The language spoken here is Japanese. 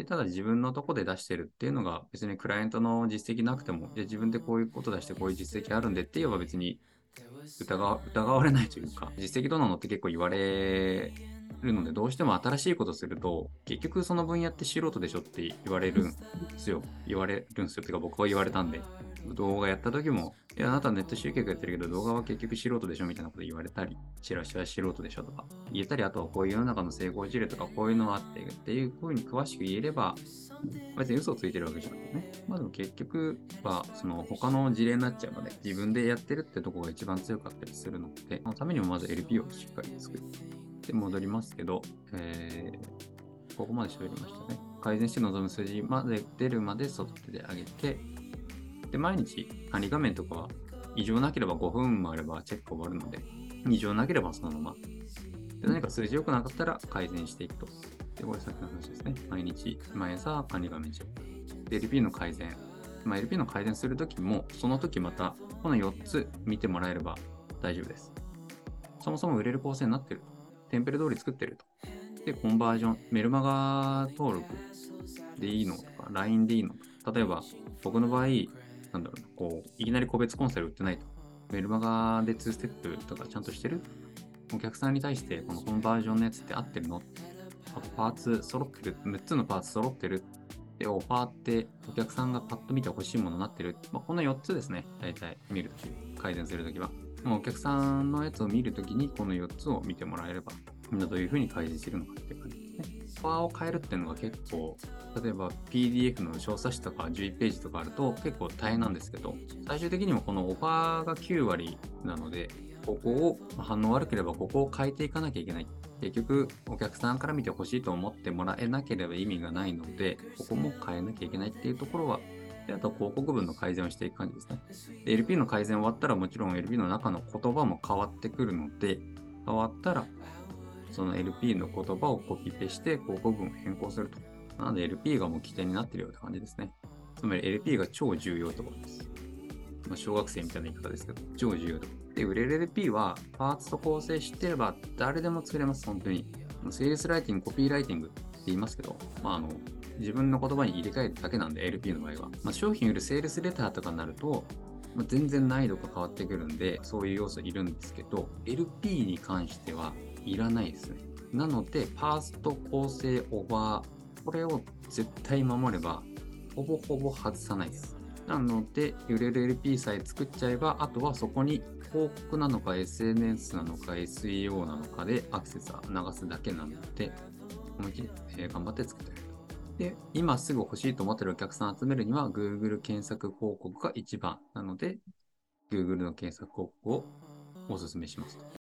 で、ただ自分のとこで出してるっていうのが別にクライアントの実績なくても、自分でこういうこと出してこういう実績あるんでって言えば別に疑われないというか、実績どうなのって結構言われるので、どうしても新しいことすると、結局その分野って素人でしょって言われるんですよ。言われるんですよ。てか僕は言われたんで。動画やった時も、いや、あなたネット集客やってるけど動画は結局素人でしょみたいなこと言われたり、チラシは素人でしょとか言えたり、あとはこういう世の中の成功事例とかこういうのがあっていうふうに詳しく言えれば、別に嘘をついてるわけじゃないよね。まあでも結局は、その他の事例になっちゃうので、自分でやってるってとこが一番強かったりするので、そのためにもまず LP をしっかり作って。で、戻りますけど、ここまで喋りましたね。改善して望む数字まで出るまで育ててあげて、で、毎日管理画面とかは異常なければ5分もあればチェック終わるので、異常なければそのまま。で、何か数字良くなかったら改善していくと。で、これさっきの話ですね。毎日、毎朝管理画面チェック。で、LP の改善。LP の改善するときも、その時また、この4つ見てもらえれば大丈夫です。そもそも売れる構成になってると。テンプレ通り作ってると。で、コンバージョン、メルマガ登録でいいのとか、LINE でいいのとか。例えば、僕の場合、なんだろうな、こう、いきなり個別コンサル売ってないと。メルマガで2ステップとかちゃんとしてるお客さんに対して、このコンバージョンのやつって合ってるのパーツ揃ってる ?6 つのパーツ揃ってるで、オファーってお客さんがパッと見て欲しいものになってる。この4つですね。大体見るとき、改善するときは。お客さんのやつを見るときに、この4つを見てもらえれば、みんなどういうふうに改善してるのかっていう感じですね。オファーを変えるっていうのが結構、例えば PDF の小冊子とか11ページとかあると結構大変なんですけど、最終的にもこのオファーが9割なので、ここを反応悪ければここを変えていかなきゃいけない。結局、お客さんから見てほしいと思ってもらえなければ意味がないので、ここも変えなきゃいけないっていうところは、であと広告文の改善をしていく感じですね。で LP の改善終わったらもちろん LP の中の言葉も変わってくるので、変わったら、その LP の言葉をコピペして広告文を変更すると。なので LP がもう規定になってるような感じですね。つまり LP が超重要ところです。小学生みたいな言い方ですけど、超重要と。で、売れる LP は、パーツと構成してれば、誰でも作れます、本当に。セールスライティング、コピーライティングって言いますけど、自分の言葉に入れ替えるだけなんで、LP の場合は。商品売るセールスレターとかになると、全然難易度が変わってくるんで、そういう要素いるんですけど、LP に関してはいらないですね。なので、パーツと構成、オーバー、これを絶対守れば、ほぼほぼ外さないです。なので、売れる LP さえ作っちゃえば、あとはそこに広告なのか SNS なのか SEO なのかでアクセスは流すだけなので、思い切り、頑張って作ってあげる。で、今すぐ欲しいと思ってるお客さんを集めるには Google 検索広告が一番なので、Google の検索広告をお勧めしますと。